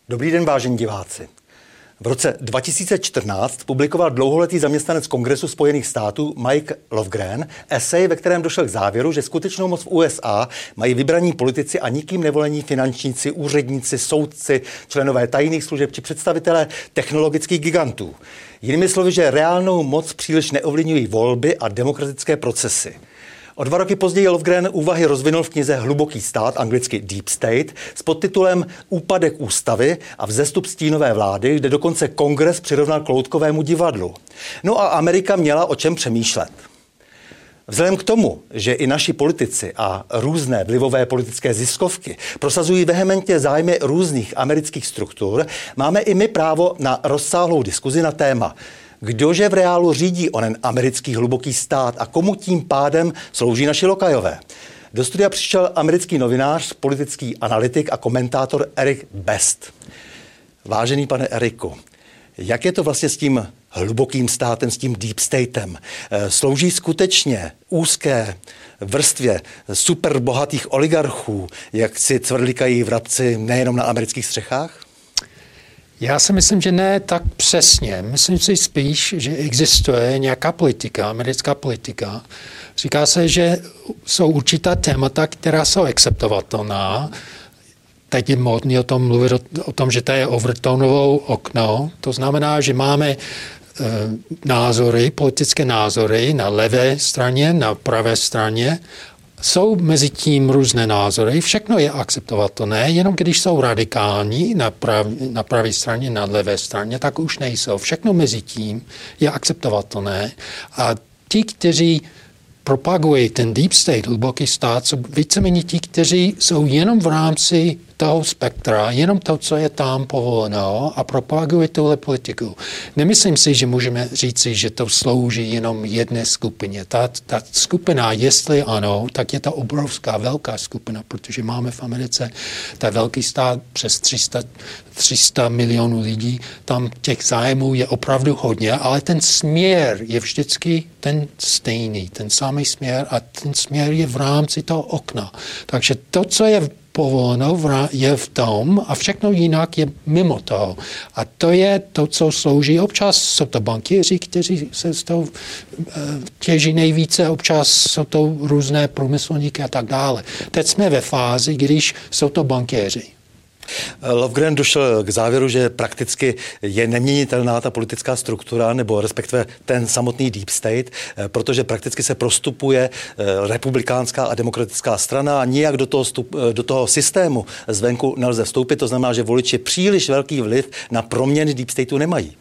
Dobrý den, vážení diváci. V roce 2014 publikoval dlouholetý zaměstnanec Kongresu Spojených států Mike Lovgren esej, ve kterém došel k závěru, že skutečnou moc v USA mají vybraní politici a nikým nevolení finančníci, úředníci, soudci, členové tajných služeb či představitelé technologických gigantů. Jinými slovy, že reálnou moc příliš neovlivňují volby a demokratické procesy. O 2 roky později Lovgren úvahy rozvinul v knize Hluboký stát, anglicky Deep State, s podtitulem Úpadek ústavy a vzestup stínové vlády, kde dokonce Kongres přirovnal k loutkovému divadlu. No a Amerika měla o čem přemýšlet. Vzhledem k tomu, že i naši politici a různé vlivové politické ziskovky prosazují vehementně zájmy různých amerických struktur, máme i my právo na rozsáhlou diskuzi na téma, kdože v reálu řídí onen americký hluboký stát a komu tím pádem slouží naši lokajové. Do studia přišel americký novinář, politický analytik a komentátor Erik Best. Vážený pane Eriku, jak je to vlastně s tím hlubokým státem, s tím deep statem? Slouží skutečně úzké vrstvě superbohatých oligarchů, jak si cvrlikají vrabci nejenom na amerických střechách? Já si myslím, že ne tak přesně. Myslím si spíš, že existuje nějaká politika, americká politika. Říká se, že jsou určitá témata, která jsou akceptovatelná. Teď je módní o tom mluvit, o tom, že to je Overtonovou okno. To znamená, že máme názory, politické názory na levé straně, na pravé straně. Jsou mezi tím různé názory, všechno je akceptovatelné, jenom když jsou radikální na pravé straně, na levé straně, tak už nejsou. Všechno mezi tím je akceptovatelné a ti, kteří propagují ten deep state, hluboký stát, jsou víceméně ti, kteří jsou jenom v rámci toho spektra, jenom to, co je tam povoleno a propaguje tuhle politiku. Nemyslím si, že můžeme říci, že to slouží jenom jedné skupině. Ta skupina, jestli ano, tak je to obrovská, velká skupina, protože máme v Americe ta velký stát přes 300 milionů lidí. Tam těch zájmů je opravdu hodně, ale ten směr je vždycky ten stejný, ten samý směr a ten směr je v rámci toho okna. Takže to, co je povoleno, je v tom a všechno jinak je mimo toho. A to je to, co slouží. Občas jsou to bankéři, kteří se z toho těží nejvíce, občas jsou to různé průmyslníky a tak dále. Teď jsme ve fázi, když jsou to bankéři. Lovgren došel k závěru, že prakticky je neměnitelná ta politická struktura, nebo respektive ten samotný deep state, protože prakticky se prostupuje republikánská a demokratická strana a nijak do toho systému zvenku nelze vstoupit. To znamená, že voliči příliš velký vliv na proměny deep stateu nemají.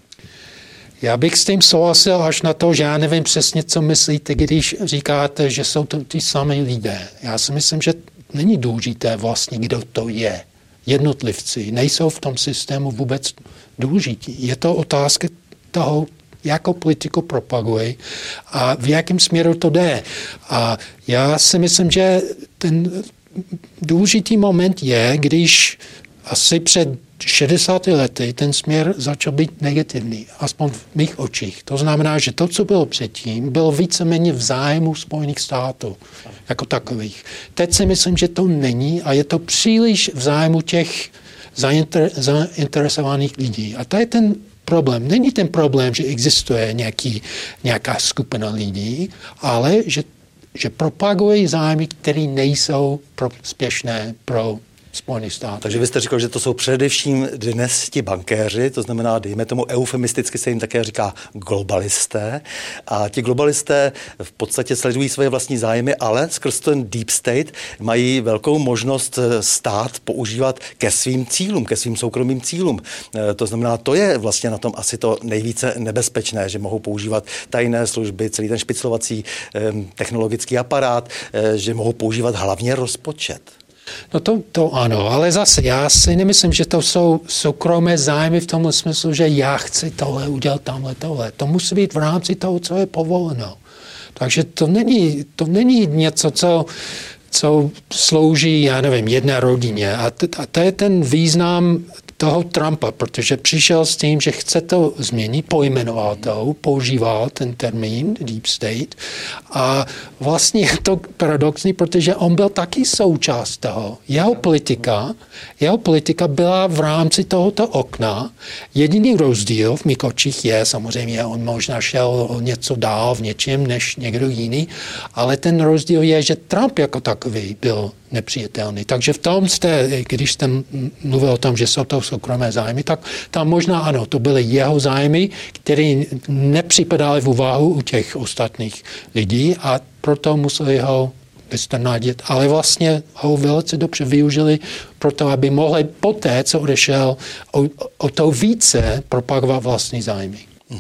Já bych s tím souhlasil až na to, že já nevím přesně, co myslíte, když říkáte, že jsou to ty samé lidé. Já si myslím, že není důležité vlastně, kdo to je. Jednotlivci nejsou v tom systému vůbec důležití. Je to otázka toho, jakou politiku propaguje a v jakém směru to jde. A já si myslím, že ten důležitý moment je, když asi před 60 lety ten směr začal být negativní, aspoň v mých očích. To znamená, že to, co bylo předtím, bylo víceméně v zájmu Spojených států jako takových. Teď si myslím, že to není a je to příliš v zájmu těch zainteresovaných lidí. A to je ten problém. Není ten problém, že existuje nějaká skupina lidí, ale že propagují zájmy, které nejsou prospěšné pro Spojených států. Takže vy jste říkal, že to jsou především dnes ti bankéři, to znamená, dejme tomu eufemisticky se jim také říká globalisté. A ti globalisté v podstatě sledují svoje vlastní zájmy, ale skrz ten deep state mají velkou možnost stát používat ke svým cílům, ke svým soukromým cílům. To znamená, to je vlastně na tom asi to nejvíce nebezpečné, že mohou používat tajné služby, celý ten špiclovací technologický aparát, že mohou používat hlavně rozpočet. No to ano, ale zase já si nemyslím, že to jsou soukromé zájmy v tomhle smyslu, že já chci tohle udělat, tamhle tohle. To musí být v rámci toho, co je povoleno. Takže to není něco, co slouží, já nevím, jedné rodině. A to je ten význam toho Trumpa, protože přišel s tím, že chce to změnit, pojmenoval to, používal ten termín Deep State a vlastně je to paradoxní, protože on byl taky součást toho. Jeho politika byla v rámci tohoto okna. Jediný rozdíl v mých očích je, samozřejmě on možná šel něco dál v něčem než někdo jiný, ale ten rozdíl je, že Trump jako takový byl nepřijatelný. Takže v tom když jste mluvil o tom, že jsou to soukromé zájmy, tak tam možná ano, to byly jeho zájmy, které nepřipadaly v úvahu u těch ostatních lidí a proto museli ho vystrnadit, ale vlastně ho velice dobře využili proto, aby mohli poté, co odešel, o to více propagovat vlastní zájmy.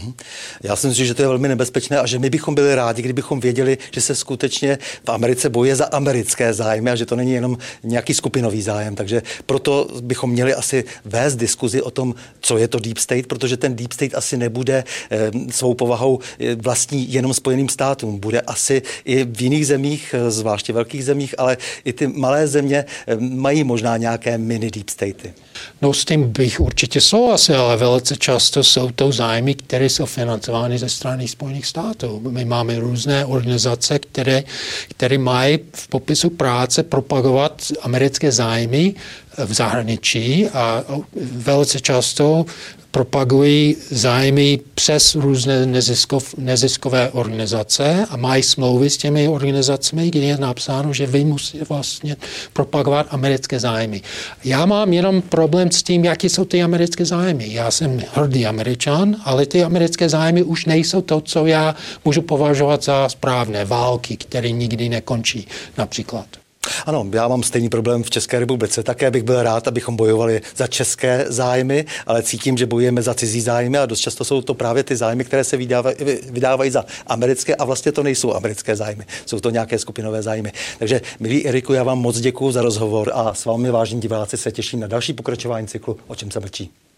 Já si myslím, že to je velmi nebezpečné a že my bychom byli rádi, kdybychom věděli, že se skutečně v Americe bojuje za americké zájmy a že to není jenom nějaký skupinový zájem. Takže proto bychom měli asi vést diskuzi o tom, co je to Deep State, protože ten Deep State asi nebude svou povahou vlastní jenom Spojeným státům. Bude asi i v jiných zemích, zvláště velkých zemích, ale i ty malé země mají možná nějaké mini Deep Statey. No s tím bych určitě souhlasil, ale velice často jsou to zájmy, které jsou financovány ze strany Spojených států. My máme různé organizace, které mají v popisu práce propagovat americké zájmy v zahraničí a velice často propagují zájmy přes různé neziskové organizace a mají smlouvy s těmi organizacemi, kde je napsáno, že vy musíte vlastně propagovat americké zájmy. Já mám jenom problém s tím, jaké jsou ty americké zájmy. Já jsem hrdý Američan, ale ty americké zájmy už nejsou to, co já můžu považovat za správné. Války, které nikdy nekončí, například. Ano, já mám stejný problém v České republice. Také bych byl rád, abychom bojovali za české zájmy, ale cítím, že bojujeme za cizí zájmy a dost často jsou to právě ty zájmy, které se vydávají za americké a vlastně to nejsou americké zájmy. Jsou to nějaké skupinové zájmy. Takže, milý Eriku, já vám moc děkuju za rozhovor a s vámi, vážení diváci, se těším na další pokračování cyklu O čem se mlčí.